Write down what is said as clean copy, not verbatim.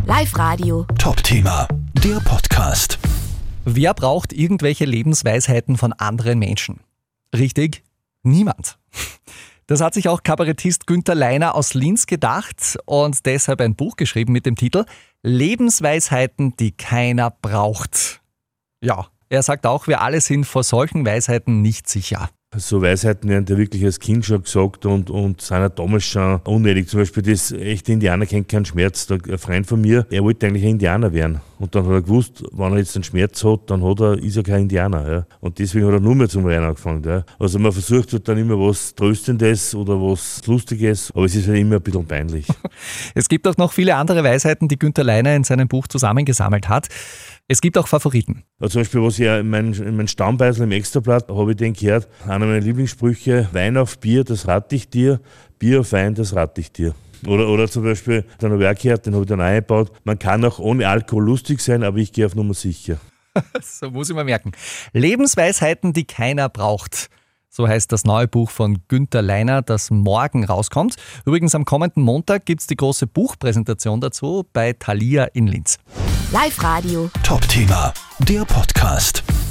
Live-Radio. Top-Thema, der Podcast. Wer braucht irgendwelche Lebensweisheiten von anderen Menschen? Richtig? Niemand. Das hat sich auch Kabarettist Günther Leiner aus Linz gedacht und deshalb ein Buch geschrieben mit dem Titel Lebensweisheiten, die keiner braucht. Ja, er sagt auch, wir alle sind vor solchen Weisheiten nicht sicher. So Weisheiten werden ja wirklich als Kind schon gesagt und sind ja damals schon unnötig. Zum Beispiel das echte Indianer kennt keinen Schmerz. Ein Freund von mir, er wollte eigentlich ein Indianer werden. Und dann hat er gewusst, wenn er jetzt einen Schmerz hat, dann ist er kein Indianer. Ja. Und deswegen hat er nur mehr zum Rennen angefangen. Ja. Also man versucht halt dann immer was Tröstendes oder was Lustiges, aber es ist halt immer ein bisschen peinlich. Es gibt auch noch viele andere Weisheiten, die Günther Leiner in seinem Buch zusammengesammelt hat. Es gibt auch Favoriten. Ja, zum Beispiel, was ich in meinem Stammbeißel im Extrablatt habe ich den gehört, einer meiner Lieblingssprüche: Wein auf Bier, das rate ich dir, Bier auf Wein, das rate ich dir. Oder zum Beispiel, den habe ich auch gehört, den habe ich dann eingebaut: Man kann auch ohne Alkohol lustig sein, aber ich gehe auf Nummer sicher. So muss ich mir merken. Lebensweisheiten, die keiner braucht. So heißt das neue Buch von Günther Leiner, das morgen rauskommt. Übrigens am kommenden Montag gibt es die große Buchpräsentation dazu bei Thalia in Linz. Live-Radio. Top-Thema, der Podcast.